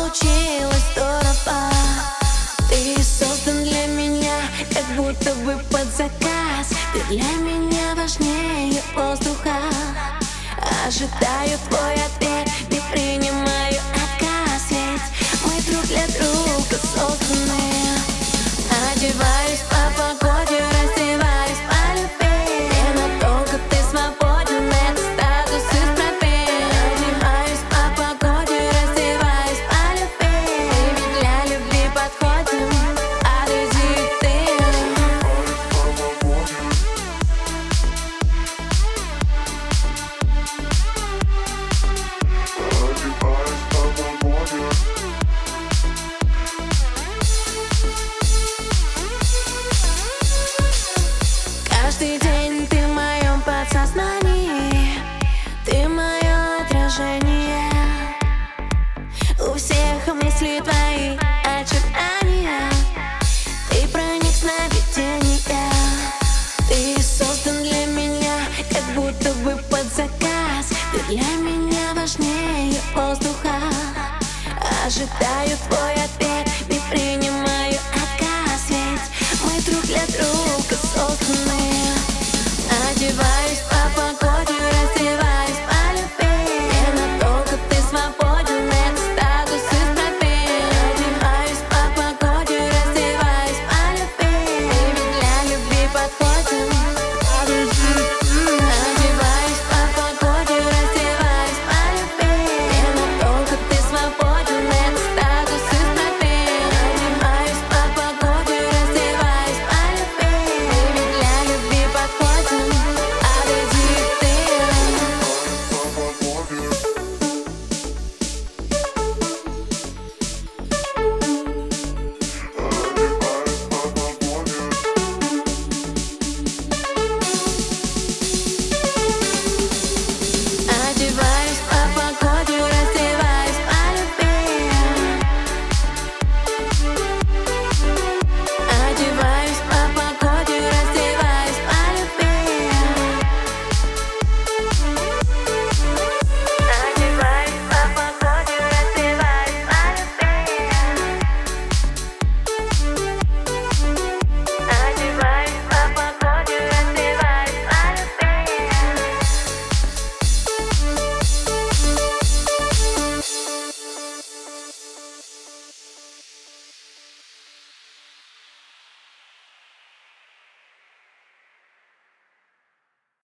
получилось здорово. Ты создан для меня, как будто бы под заказ. Ты для меня важнее воздуха. Ожидаю твой ответ, не принимаю отказ. Ведь мы друг для друга созданы. Одеваюсь по погоде, раздеваюсь по любви. И надолго ты свободен, это статус исправим. Одеваюсь по погоде, раздеваюсь по любви. Ведь для любви подходим, а ты ты. Каждый день ты в моем подсознании, ты мое отражение. У всех мысли твои очертания, ты проник в сновидения. Ты создан для меня, как будто бы под заказ. Ты для меня важнее воздуха. Ожидаю твой ответ, не принимаю.